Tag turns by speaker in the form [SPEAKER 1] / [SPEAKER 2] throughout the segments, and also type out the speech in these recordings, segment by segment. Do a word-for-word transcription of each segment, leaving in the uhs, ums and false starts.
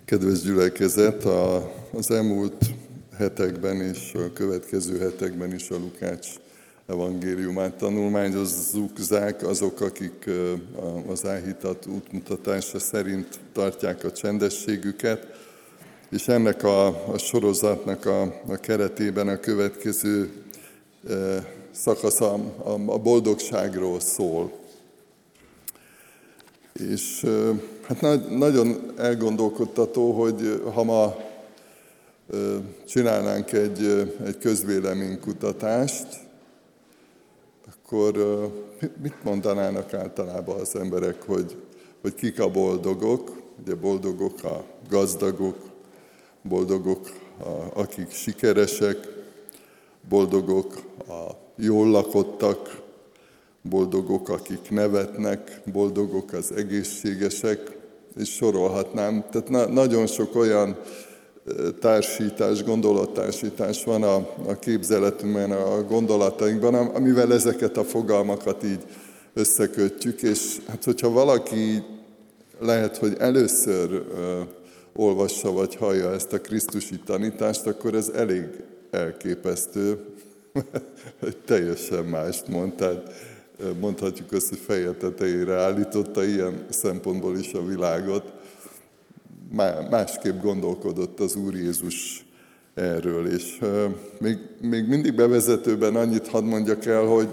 [SPEAKER 1] Kedves gyülekezet, a, az elmúlt hetekben és a következő hetekben is a Lukács evangéliumát tanulmányozzuk azok, akik az áhítat útmutatása szerint tartják a csendességüket, és ennek a, a sorozatnak a, a keretében a következő e, szakasz a, a, a boldogságról szól. És hát nagyon elgondolkodtató, hogy ha ma csinálnánk egy, egy közvéleménykutatást, akkor mit mondanának általában az emberek, hogy, hogy kik a boldogok? Ugye boldogok a gazdagok, boldogok a, akik sikeresek, boldogok a jól lakottak, boldogok, akik nevetnek, boldogok az egészségesek, és sorolhatnám. Tehát na- nagyon sok olyan társítás, gondolattársítás van a, a képzeletünkben, a gondolatainkban, amivel ezeket a fogalmakat így összekötjük, és hát hogyha valaki lehet, hogy először uh, olvassa vagy hallja ezt a krisztusi tanítást, akkor ez elég elképesztő, teljesen mást mond, tehát mondhatjuk azt, hogy feje tetejére állította ilyen szempontból is a világot. Másképp gondolkodott az Úr Jézus erről. És még, még mindig bevezetőben annyit hadd mondjak el, hogy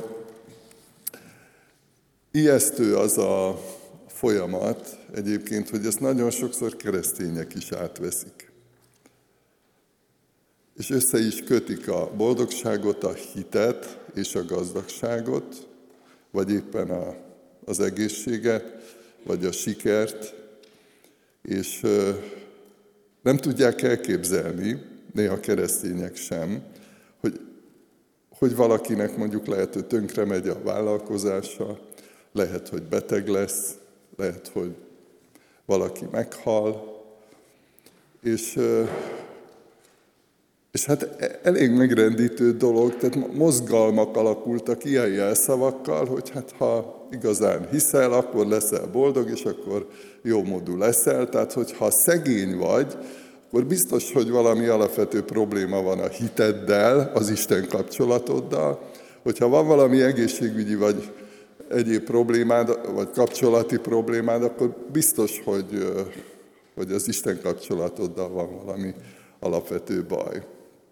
[SPEAKER 1] ijesztő az a folyamat egyébként, hogy ezt nagyon sokszor keresztények is átveszik. És össze is kötik a boldogságot, a hitet és a gazdagságot, vagy éppen a, az egészséget, vagy a sikert, és ö, nem tudják elképzelni, néha keresztények sem, hogy, hogy valakinek mondjuk lehet, hogy tönkre megy a vállalkozása, lehet, hogy beteg lesz, lehet, hogy valaki meghal, és... Ö, És hát elég megrendítő dolog, tehát mozgalmak alakultak ilyen jelszavakkal, hogy hát ha igazán hiszel, akkor leszel boldog, és akkor jómódú leszel. Tehát, hogyha szegény vagy, akkor biztos, hogy valami alapvető probléma van a hiteddel, az Isten kapcsolatoddal. Hogyha van valami egészségügyi vagy egyéb problémád, vagy kapcsolati problémád, akkor biztos, hogy, hogy az Isten kapcsolatoddal van valami alapvető baj.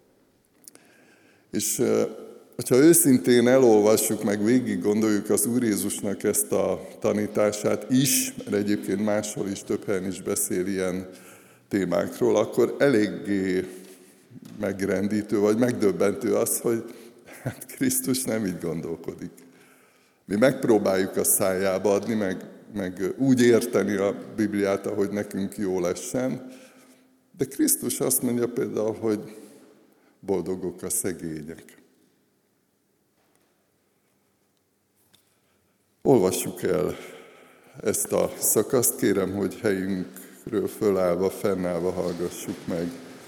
[SPEAKER 1] És ha őszintén elolvassuk, meg végig gondoljuk az Úr Jézusnak ezt a tanítását is, mert egyébként máshol is több helyen is beszél ilyen témákról, akkor eléggé megrendítő, vagy megdöbbentő az, hogy hát Krisztus nem így gondolkodik. Mi megpróbáljuk a szájába adni, meg, meg úgy érteni a Bibliát, ahogy nekünk jól essen, de Krisztus azt mondja például, hogy boldogok a szegények. Olvassuk el ezt a szakaszt, kérem, hogy helyünkről fölállva, fennállva hallgassuk meg.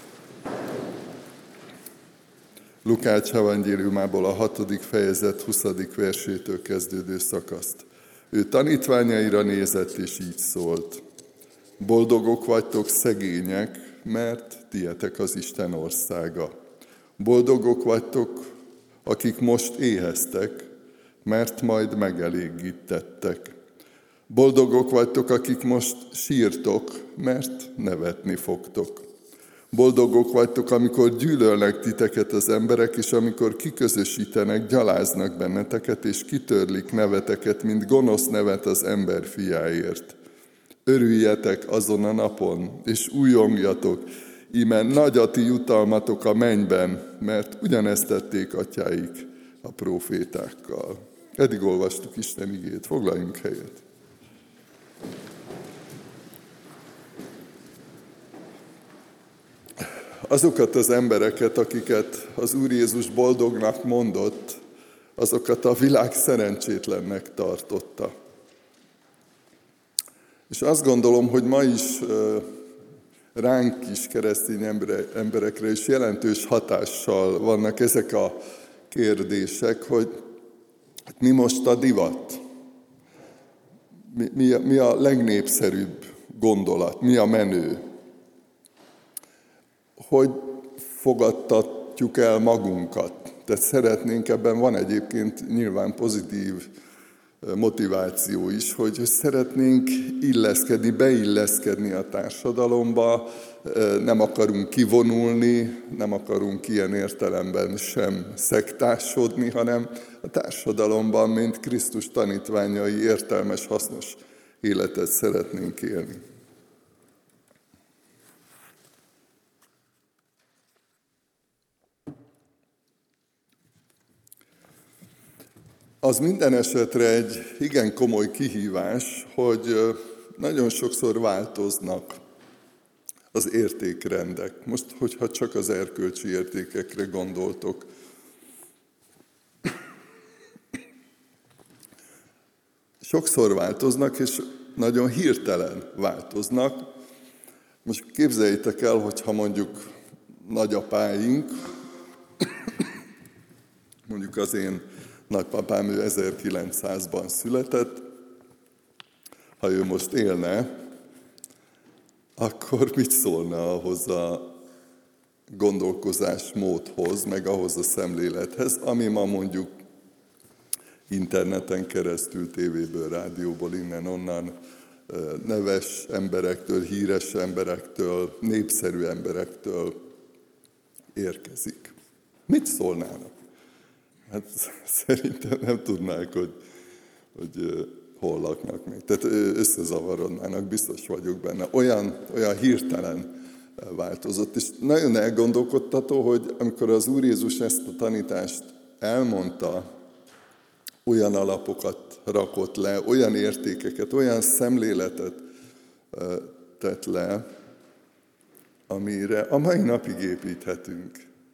[SPEAKER 1] Lukács evangéliumából a hatodik fejezet huszadik versétől kezdődő szakaszt. Ő tanítványaira nézett, és így szólt. Boldogok vagytok szegények, mert tietek az Isten országa. Boldogok vagytok, akik most éheztek, mert majd megelégítettek. Boldogok vagytok, akik most sírtok, mert nevetni fogtok. Boldogok vagytok, amikor gyűlölnek titeket az emberek, és amikor kiközösítenek, gyaláznak benneteket, és kitörlik neveteket, mint gonosz nevet az ember fiáért. Örüljetek azon a napon, és újongjatok, íme nagy a ti jutalmatok a mennyben, mert ugyanezt tették atyáik a prófétákkal. Eddig olvastuk Isten igét, foglaljunk helyet. Azokat az embereket, akiket az Úr Jézus boldognak mondott, azokat a világ szerencsétlennek tartotta. És azt gondolom, hogy ma is ránk is, keresztény emberekre is jelentős hatással vannak ezek a kérdések, hogy mi most a divat, mi, mi, a, mi a legnépszerűbb gondolat, mi a menő. hogy fogadtatjuk el magunkat. Tehát szeretnénk, ebben van egyébként nyilván pozitív motiváció is, hogy szeretnénk illeszkedni, beilleszkedni a társadalomba, nem akarunk kivonulni, nem akarunk ilyen értelemben sem szektásodni, hanem a társadalomban, mint Krisztus tanítványai értelmes, hasznos életet szeretnénk élni. Az minden esetre egy igen komoly kihívás, hogy nagyon sokszor változnak az értékrendek. Most, hogyha csak az erkölcsi értékekre gondoltok. Sokszor változnak, és nagyon hirtelen változnak. Most képzeljétek el, hogyha mondjuk nagyapáink, mondjuk az én nagypapám, ő ezerkilencszázban született, ha ő most élne, akkor mit szólna ahhoz a gondolkozásmódhoz, meg ahhoz a szemlélethez, ami ma mondjuk interneten keresztül, tévéből, rádióból, innen-onnan neves emberektől, híres emberektől, népszerű emberektől érkezik. Mit szólnának? Hát szerintem nem tudnák, hogy, hogy hol laknak még. Tehát összezavarodnának, biztos vagyok benne. Olyan, olyan hirtelen változott. És nagyon elgondolkodtató, hogy amikor az Úr Jézus ezt a tanítást elmondta, olyan alapokat rakott le, olyan értékeket, olyan szemléletet tett le, amire a mai napig építhetünk.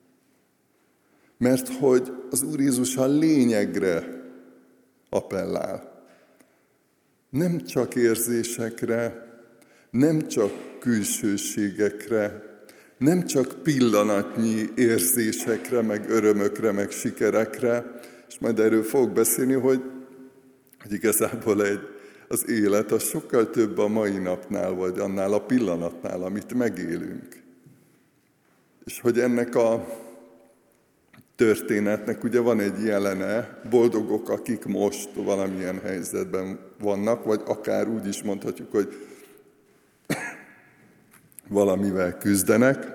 [SPEAKER 1] Mert hogy az Úr Jézus a lényegre appellál. Nem csak érzésekre, nem csak külsőségekre, nem csak pillanatnyi érzésekre, meg örömökre, meg sikerekre, és majd erről fogok beszélni, hogy, hogy igazából egy, az élet az sokkal több a mai napnál, vagy annál a pillanatnál, amit megélünk. És hogy ennek a történetnek ugye van egy jelene, boldogok, akik most valamilyen helyzetben vannak, vagy akár úgy is mondhatjuk, hogy valamivel küzdenek.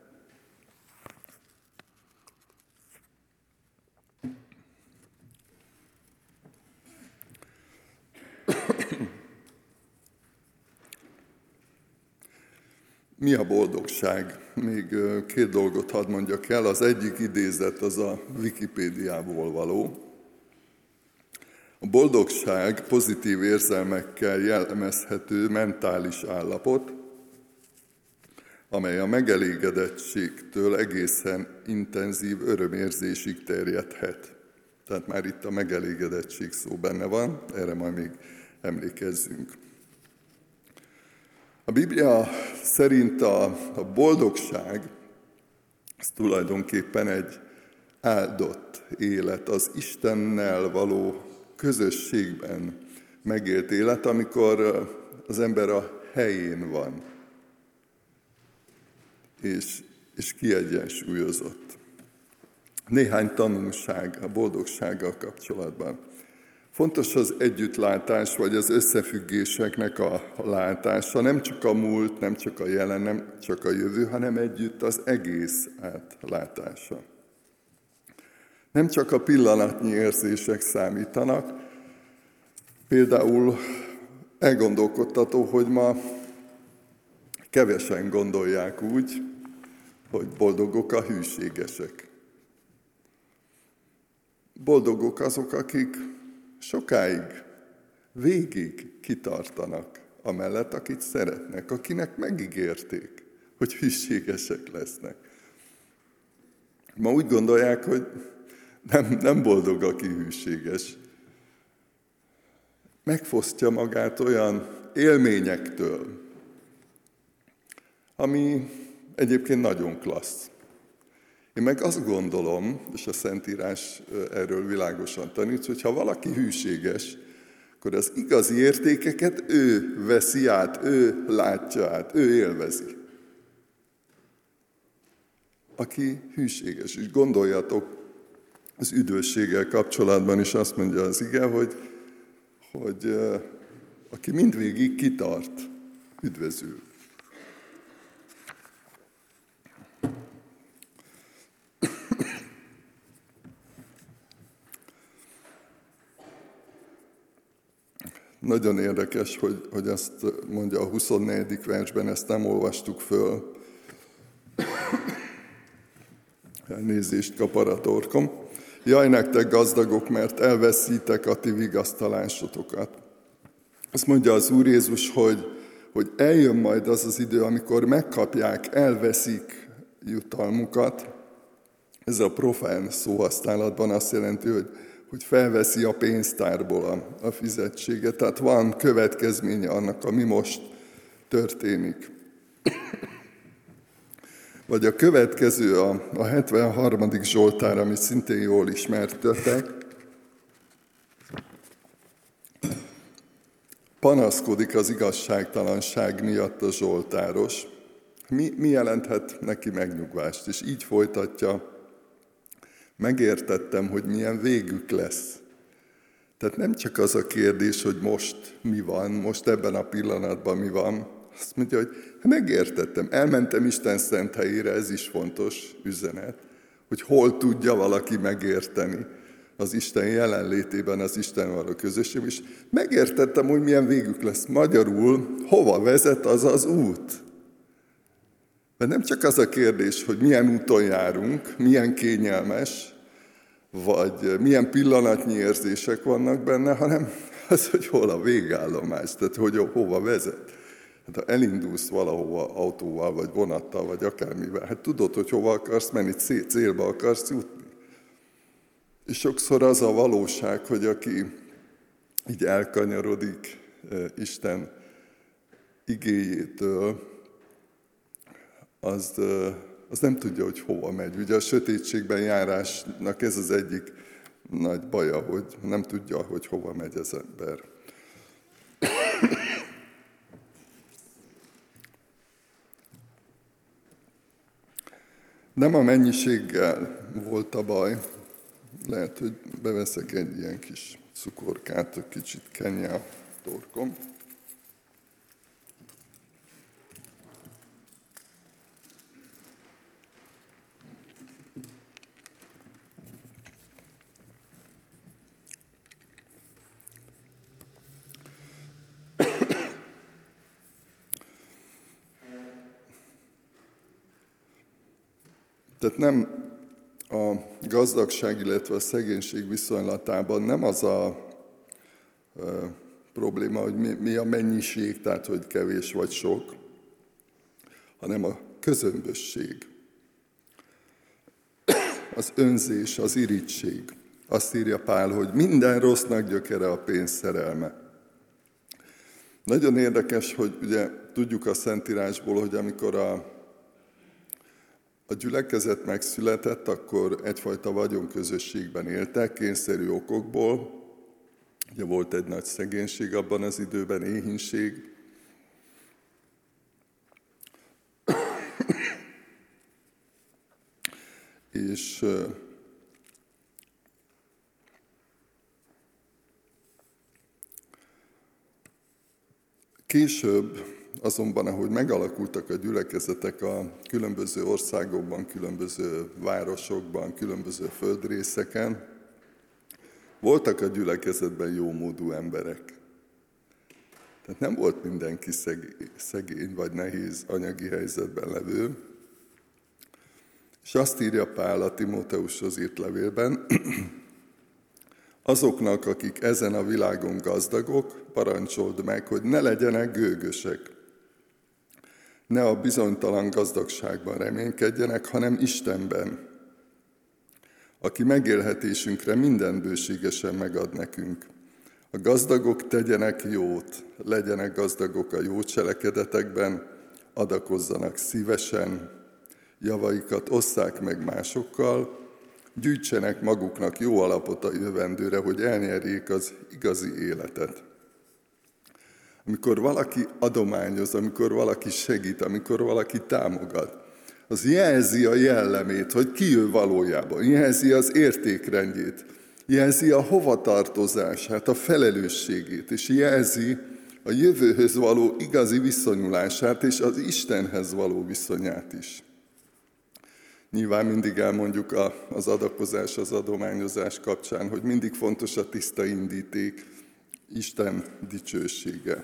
[SPEAKER 1] Mi a boldogság? Még két dolgot hadd mondjak el. Az egyik idézet az a Wikipédiából való. A boldogság pozitív érzelmekkel jellemezhető mentális állapot, amely a megelégedettségtől egészen intenzív örömérzésig terjedhet. Tehát már itt a megelégedettség szó benne van, erre majd még emlékezzünk. A Biblia szerint a, a boldogság az tulajdonképpen egy áldott élet, az Istennel való közösségben megélt élet, amikor az ember a helyén van, és, és kiegyensúlyozott. Néhány tanulság a boldogsággal kapcsolatban. Fontos az együttlátás, vagy az összefüggéseknek a látása, nem csak a múlt, nem csak a jelen, nem csak a jövő, hanem együtt az egész átlátása. Nem csak a pillanatnyi érzések számítanak, például elgondolkodtató, hogy ma kevesen gondolják úgy, hogy boldogok a hűségesek. Boldogok azok, akik sokáig, végig kitartanak amellett, akit szeretnek, akinek megígérték, hogy hűségesek lesznek. Ma úgy gondolják, hogy nem, nem boldog, aki hűséges. Megfosztja magát olyan élményektől, ami egyébként nagyon klassz. Én meg azt gondolom, és a Szentírás erről világosan tanít, hogy ha valaki hűséges, akkor az igazi értékeket ő veszi át, ő látja át, ő élvezi. aki hűséges. És gondoljatok, az üdvösséggel kapcsolatban is azt mondja az ige, hogy, hogy uh, aki mindvégig kitart, üdvözül. Nagyon érdekes, hogy, hogy azt mondja a huszonnegyedik versben, ezt nem olvastuk föl. Elnézést kapar a torkom. Jaj, nektek gazdagok, mert elveszítek a ti vigasztalásotokat. Azt mondja az Úr Jézus, hogy, hogy eljön majd az az idő, amikor megkapják, elveszik jutalmukat. Ez a profán szóhasználatban azt jelenti, hogy hogy felveszi a pénztárból a, a fizetséget. Tehát van következménye annak, ami most történik. Vagy a következő, a, a hetvenharmadik Zsoltár, amit szintén jól ismertetek. Panaszkodik az igazságtalanság miatt a zsoltáros. Mi, mi jelenthet neki megnyugvást? És így folytatja. Megértettem, hogy milyen végük lesz. Tehát nem csak az a kérdés, hogy most mi van, most ebben a pillanatban mi van. Azt mondja, hogy megértettem, elmentem Isten szent helyére, ez is fontos üzenet, hogy hol tudja valaki megérteni az Isten jelenlétében, az Isten való közösség, és megértettem, hogy milyen végük lesz. Magyarul, hova vezet az az út. Mert nem csak az a kérdés, hogy milyen úton járunk, milyen kényelmes, vagy milyen pillanatnyi érzések vannak benne, hanem az, hogy hol a végállomás, tehát hogy hova vezet. Hát ha elindulsz valahova autóval, vagy vonattal, vagy akármivel, hát tudod, hogy hova akarsz menni, célba akarsz jutni. És sokszor az a valóság, hogy aki így elkanyarodik Isten igéjétől, Az, az nem tudja, hogy hova megy. Ugye a sötétségben járásnak ez az egyik nagy baja, hogy nem tudja, hogy hova megy az ember. Nem a mennyiséggel volt a baj. Lehet, hogy beveszek egy ilyen kis cukorkát, hogy kicsit kenje a torkom. Tehát nem a gazdagság, illetve a szegénység viszonylatában nem az a, a probléma, hogy mi, mi a mennyiség, tehát hogy kevés vagy sok, hanem a közömbösség, az önzés, az irigység. Azt írja Pál, hogy minden rossznak gyökere a pénz szerelme. Nagyon érdekes, hogy ugye tudjuk a Szentírásból, hogy amikor a A gyülekezet megszületett, akkor egyfajta vagyonközösségben éltek, kényszerű okokból. Ugye volt egy nagy szegénység abban az időben, éhínség. És később, azonban, ahogy megalakultak a gyülekezetek a különböző országokban, különböző városokban, különböző földrészeken, voltak a gyülekezetben jómódú emberek. Tehát nem volt mindenki szegény vagy nehéz anyagi helyzetben levő. És azt írja Pál a Timóteushoz írt levélben, azoknak, akik ezen a világon gazdagok, parancsold meg, hogy ne legyenek gőgösek. Ne a bizonytalan gazdagságban reménykedjenek, hanem Istenben, aki megélhetésünkre minden bőségesen megad nekünk. A gazdagok tegyenek jót, legyenek gazdagok a jó cselekedetekben, adakozzanak szívesen, javaikat osszák meg másokkal, gyűjtsenek maguknak jó alapot a jövendőre, hogy elnyerjék az igazi életet. Amikor valaki adományoz, amikor valaki segít, amikor valaki támogat, az jelzi a jellemét, hogy ki ő valójában, jelzi az értékrendjét, jelzi a hovatartozását, a felelősségét, és jelzi a jövőhöz való igazi viszonyulását, és az Istenhez való viszonyát is. Nyilván mindig elmondjuk az adakozás, az adományozás kapcsán, hogy mindig fontos a tiszta indíték, Isten dicsősége.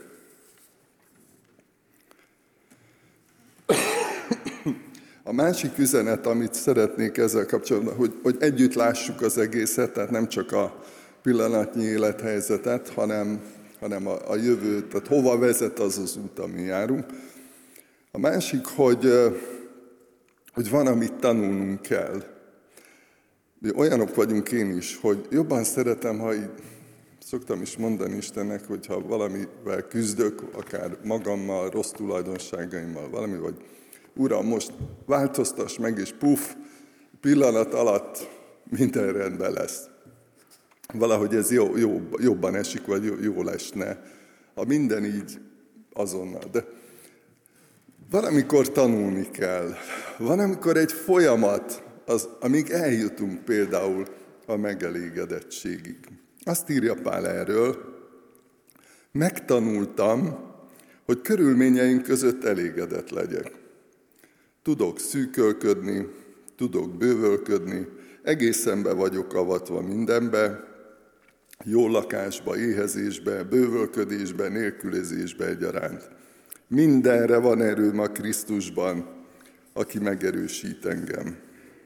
[SPEAKER 1] A másik üzenet, amit szeretnék ezzel kapcsolatban, hogy, hogy együtt lássuk az egészet, tehát nem csak a pillanatnyi élethelyzetet, hanem, hanem a, a jövőt, tehát hova vezet az az út, amin járunk. A másik, hogy, hogy van, amit tanulnunk kell. Mi olyanok vagyunk én is, hogy jobban szeretem, ha így, szoktam is mondani Istennek, hogyha valamivel küzdök, akár magammal, rossz tulajdonságaimmal, valami, vagy Uram, most változtass meg, és puff, pillanat alatt minden rendben lesz. Valahogy ez jó, jó, jobban esik, vagy jó, jól esne, ha minden így azonnal. De valamikor tanulni kell. Van, amikor egy folyamat, az, amíg eljutunk például a megelégedettségig. Azt írja Pál erről, megtanultam, hogy körülményeink között elégedett legyek. Tudok szűkölködni, tudok bővölködni, egészen be vagyok avatva mindenbe, jó lakásba, éhezésbe, bővölködésbe, nélkülözésbe egyaránt. Mindenre van erőm a Krisztusban, aki megerősít engem.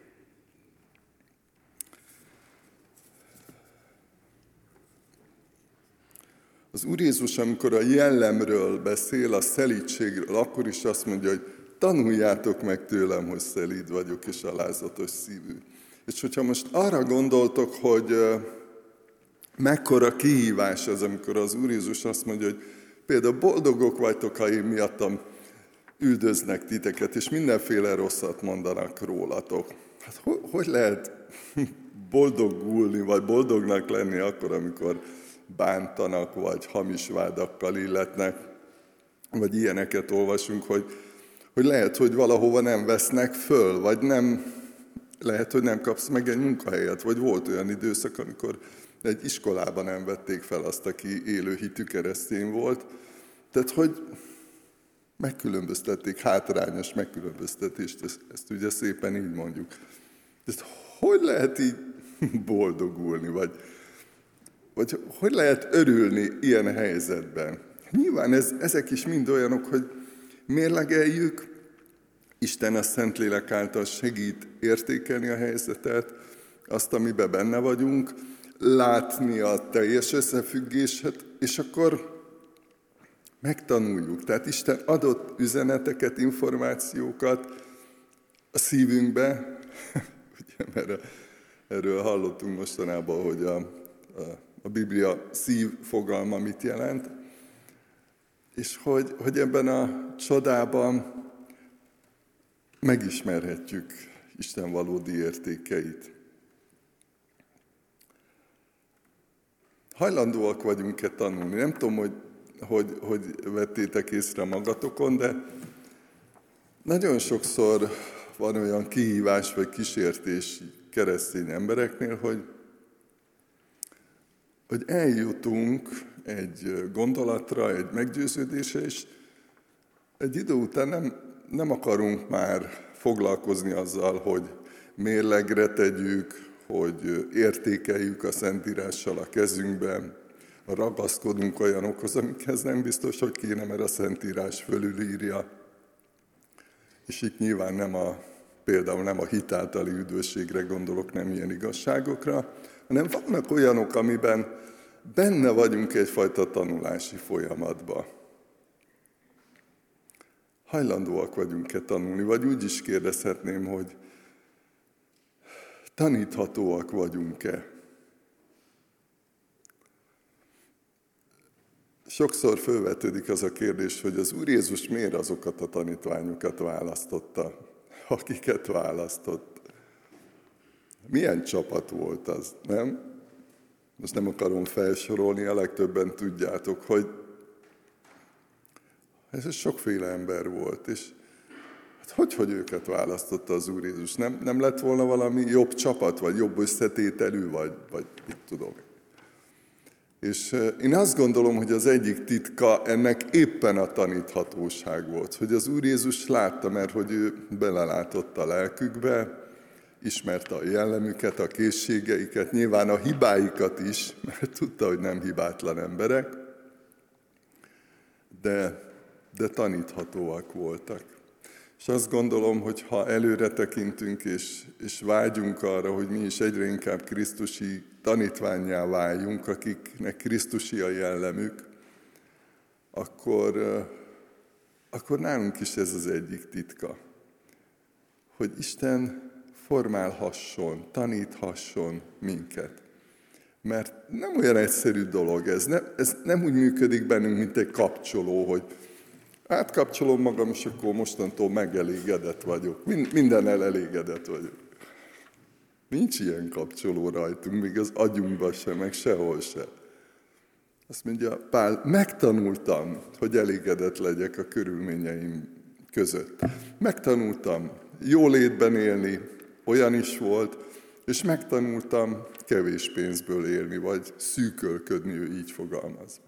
[SPEAKER 1] Az Úr Jézus, amikor a jellemről beszél, a szelídségről, akkor is azt mondja, hogy tanuljátok meg tőlem, hogy szelíd vagyok és alázatos szívű. És hogyha most arra gondoltok, hogy mekkora kihívás az, amikor az Úr Jézus azt mondja, hogy például boldogok vagytok, ha én miattam üldöznek titeket, és mindenféle rosszat mondanak rólatok. Hát hogy lehet boldogulni, vagy boldognak lenni akkor, amikor bántanak, vagy hamis vádakkal illetnek, vagy ilyeneket olvasunk, hogy, hogy lehet, hogy valahova nem vesznek föl, vagy nem, lehet, hogy nem kapsz meg egy munkahelyet, vagy volt olyan időszak, amikor egy iskolában nem vették fel azt, aki élő hitű keresztény volt. Tehát, hogy megkülönböztették, hátrányos megkülönböztetést, ezt, ezt ugye szépen így mondjuk. Tehát hogy lehet így boldogulni, vagy, vagy hogy lehet örülni ilyen helyzetben? Nyilván ez, ezek is mind olyanok, hogy mérlegeljük, Isten a Szentlélek által segít értékelni a helyzetet, azt, amiben benne vagyunk, látni a teljes összefüggéset, és akkor megtanuljuk. Tehát Isten adott üzeneteket, információkat a szívünkbe. Ugye, mert erről hallottunk mostanában, hogy a, a, a Biblia szív fogalma mit jelent, és hogy, hogy ebben a csodában megismerhetjük Isten valódi értékeit. Hajlandóak vagyunk-e tanulni? Nem tudom, hogy, hogy, hogy vettétek észre magatokon, de nagyon sokszor van olyan kihívás vagy kísértés keresztény embereknél, hogy, hogy eljutunk egy gondolatra, egy meggyőződésre, és egy idő után nem, nem akarunk már foglalkozni azzal, hogy mérlegre tegyük, hogy értékeljük a Szentírással a kezünkben, ragaszkodunk olyanokhoz, amikhez nem biztos, hogy kéne, mert a Szentírás fölülírja. És itt nyilván nem a, például nem a hit általi üdvösségre gondolok, nem ilyen igazságokra, hanem vannak olyanok, amiben benne vagyunk egyfajta tanulási folyamatban. Hajlandóak vagyunk-e tanulni, vagy úgy is kérdezhetném, hogy taníthatóak vagyunk-e? Sokszor felvetődik az a kérdés, hogy az Úr Jézus miért azokat a tanítványokat választotta, akiket választott. Milyen csapat volt az, nem? Most nem akarom felsorolni, a legtöbben tudjátok, hogy ez sokféle ember volt, és hogy, hogy őket választotta az Úr Jézus? Nem, nem lett volna valami jobb csapat, vagy jobb összetételű, vagy, vagy mit tudom. És én azt gondolom, hogy az egyik titka ennek éppen a taníthatóság volt, hogy az Úr Jézus látta, mert hogy ő belelátott a lelkükbe, ismerte a jellemüket, a készségeiket, nyilván a hibáikat is, mert tudta, hogy nem hibátlan emberek, de, de taníthatóak voltak. És azt gondolom, hogy ha előre tekintünk, és, és vágyunk arra, hogy mi is egyre inkább krisztusi tanítvánnyá váljunk, akiknek krisztusi a jellemük, akkor, akkor nálunk is ez az egyik titka, hogy Isten formálhasson, taníthasson minket. Mert nem olyan egyszerű dolog ez, nem, ez nem úgy működik bennünk, mint egy kapcsoló, hogy átkapcsolom magam, és akkor mostantól megelégedett vagyok. Mindennel elégedett vagyok. Nincs ilyen kapcsoló rajtunk, még az agyunkban sem, meg sehol sem. Azt mondja Pál, megtanultam, hogy elégedett legyek a körülményeim között. Megtanultam jólétben élni, olyan is volt, és megtanultam kevés pénzből élni, vagy szűkölködni, ő így fogalmaz.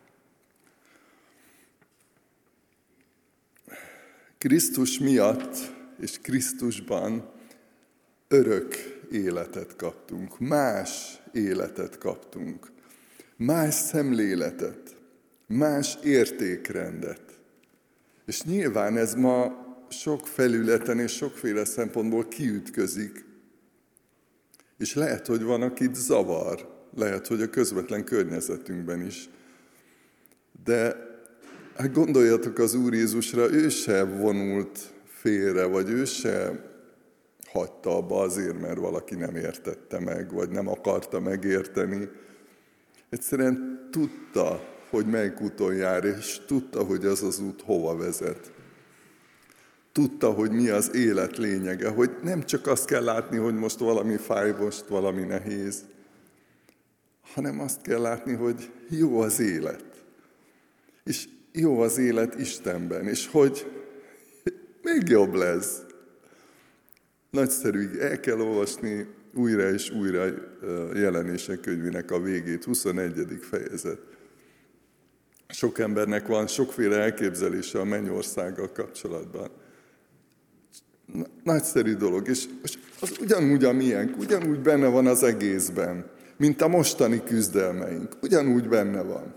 [SPEAKER 1] Krisztus miatt és Krisztusban örök életet kaptunk, más életet kaptunk, más szemléletet, más értékrendet. És nyilván ez ma sok felületen és sokféle szempontból kiütközik, és lehet, hogy van, akit zavar, lehet, hogy a közvetlen környezetünkben is. De hát gondoljatok az Úr Jézusra, ő se vonult félre, vagy ő se hagyta abba azért, mert valaki nem értette meg, vagy nem akarta megérteni. Egyszerűen tudta, hogy melyik úton jár, és tudta, hogy az az út hova vezet. Tudta, hogy mi az élet lényege, hogy nem csak azt kell látni, hogy most valami fáj, most valami nehéz, hanem azt kell látni, hogy jó az élet. És jó az élet Istenben, és hogy még jobb lesz. Nagyszerű, el kell olvasni újra és újra Jelenések könyvének a végét, huszonegyedik fejezet. Sok embernek van sokféle elképzelése a mennyországgal kapcsolatban. Nagyszerű dolog, és az ugyanúgy a miénk, ugyanúgy benne van az egészben, mint a mostani küzdelmeink, ugyanúgy benne van.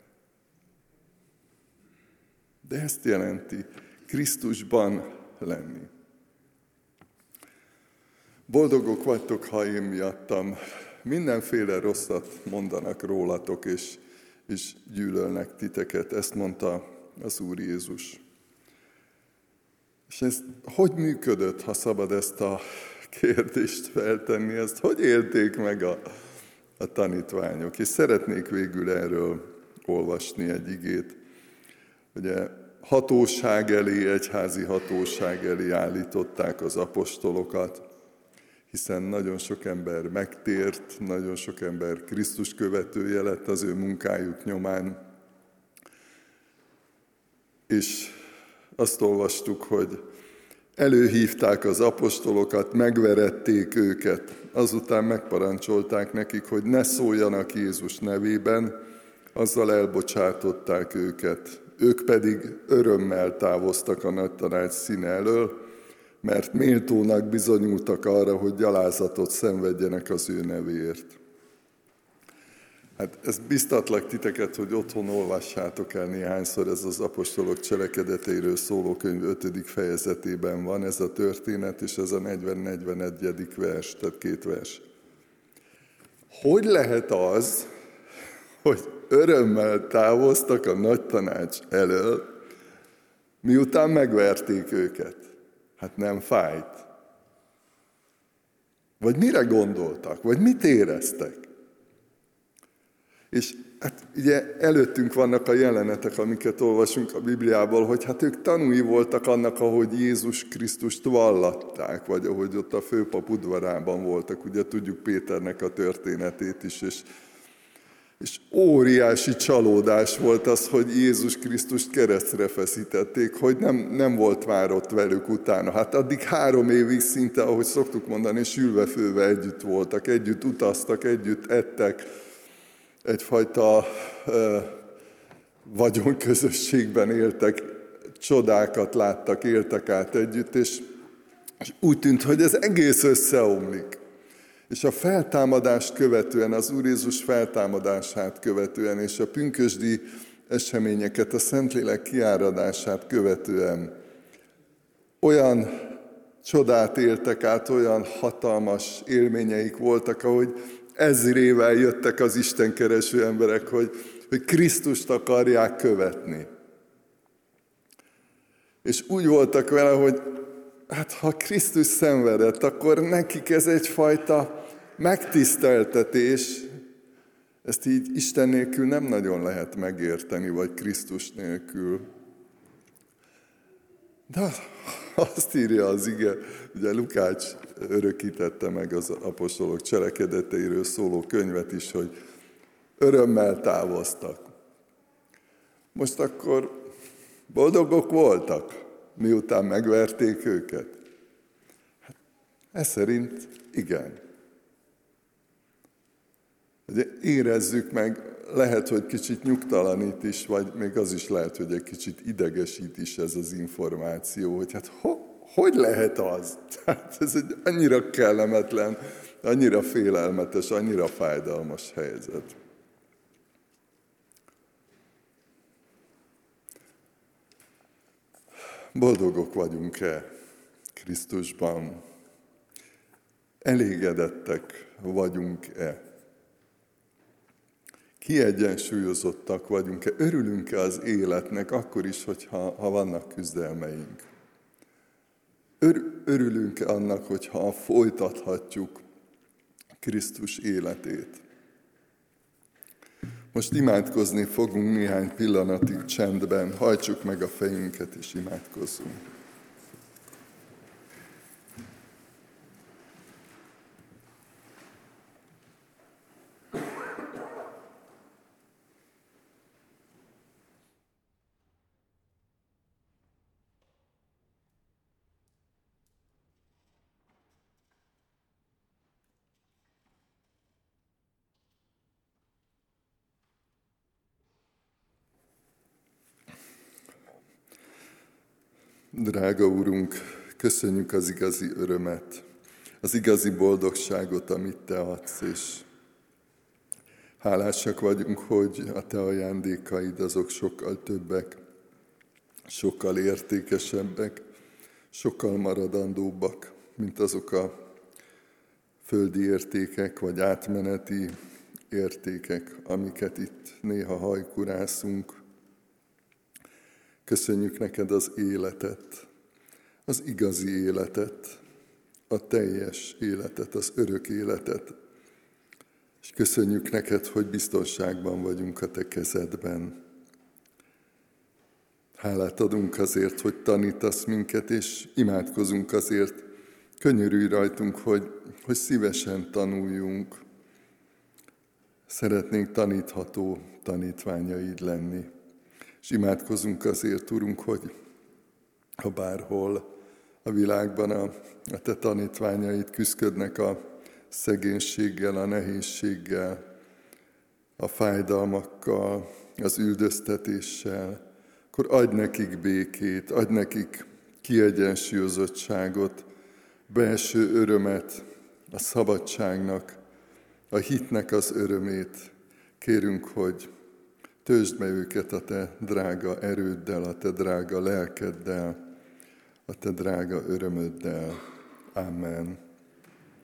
[SPEAKER 1] De ezt jelenti Krisztusban lenni. Boldogok vagytok, ha én miattam mindenféle rosszat mondanak rólatok, és, és gyűlölnek titeket. Ezt mondta az Úr Jézus. És ez hogy működött, ha szabad ezt a kérdést feltenni, ezt hogy élték meg a, a tanítványok? És szeretnék végül erről olvasni egy igét. Ugye hatóság elé, egyházi hatóság elé állították az apostolokat, hiszen nagyon sok ember megtért, nagyon sok ember Krisztus követője lett az ő munkájuk nyomán. És azt olvastuk, hogy előhívták az apostolokat, megverették őket, azután megparancsolták nekik, hogy ne szóljanak Jézus nevében, azzal elbocsátották őket. Ők pedig örömmel távoztak a nagy tanács színe elől, mert méltónak bizonyultak arra, hogy gyalázatot szenvedjenek az ő nevéért. Hát ez biztatlak titeket, hogy otthon olvassátok el néhányszor, ez az apostolok cselekedeteiről szóló könyv ötödik fejezetében van ez a történet, és ez a negyven-negyvenegyedik vers, tehát két vers. Hogy lehet az, hogy örömmel távoztak a nagy tanács elől, miután megverték őket? Hát nem fájt. Vagy mire gondoltak? Vagy mit éreztek? És hát ugye előttünk vannak a jelenetek, amiket olvasunk a Bibliából, hogy hát ők tanúi voltak annak, ahogy Jézus Krisztust vallatták, vagy ahogy ott a főpap udvarában voltak. Ugye tudjuk Péternek a történetét is, és És óriási csalódás volt az, hogy Jézus Krisztust keresztre feszítették, hogy nem, nem volt már ott velük utána. Hát addig három évig szinte, ahogy szoktuk mondani, sülve-főve együtt voltak, együtt utaztak, együtt ettek, egyfajta uh, vagyonközösségben éltek, csodákat láttak, éltek át együtt, és, és úgy tűnt, hogy ez egész összeomlik. És a feltámadást követően, az Úr Jézus feltámadását követően, és a pünkösdi eseményeket, a Szentlélek kiáradását követően olyan csodát éltek át, olyan hatalmas élményeik voltak, ahogy ezrével jöttek az istenkereső emberek, hogy, hogy Krisztust akarják követni. És úgy voltak vele, hogy hát ha Krisztus szenvedett, akkor nekik ez egyfajta megtiszteltetés. Ezt így Isten nélkül nem nagyon lehet megérteni, vagy Krisztus nélkül. De azt írja az ige, ugye Lukács örökítette meg az apostolok cselekedeteiről szóló könyvet is, hogy örömmel távoztak. Most akkor boldogok voltak, miután megverték őket? Hát, ez szerint igen. Ugye érezzük meg, lehet, hogy kicsit nyugtalanít is, vagy még az is lehet, hogy egy kicsit idegesít is ez az információ, hogy hát ho, hogy lehet az? Tehát ez egy annyira kellemetlen, annyira félelmetes, annyira fájdalmas helyzet. Boldogok vagyunk-e Krisztusban? Elégedettek vagyunk-e? Kiegyensúlyozottak vagyunk-e? Örülünk-e az életnek, akkor is, hogyha ha vannak küzdelmeink? Ör, örülünk-e annak, hogyha folytathatjuk Krisztus életét? Most imádkozni fogunk néhány pillanatig csendben, hajtsuk meg a fejünket és imádkozzunk. Drága Úrunk, köszönjük az igazi örömet, az igazi boldogságot, amit Te adsz, és hálásak vagyunk, hogy a Te ajándékaid azok sokkal többek, sokkal értékesebbek, sokkal maradandóbbak, mint azok a földi értékek, vagy átmeneti értékek, amiket itt néha hajkurászunk. Köszönjük neked az életet, az igazi életet, a teljes életet, az örök életet. És köszönjük neked, hogy biztonságban vagyunk a te kezedben. Hálát adunk azért, hogy tanítasz minket, és imádkozunk azért. Könyörülj rajtunk, hogy, hogy szívesen tanuljunk. Szeretnénk tanítható tanítványaid lenni. És imádkozunk azért, Urunk, hogy ha bárhol a világban a, a Te tanítványaid küszködnek a szegénységgel, a nehézséggel, a fájdalmakkal, az üldöztetéssel, akkor adj nekik békét, adj nekik kiegyensúlyozottságot, belső örömet, a szabadságnak, a hitnek az örömét. Kérünk, hogy töltsd be őket a Te drága erőddel, a Te drága lelkeddel, a Te drága örömöddel. Amen.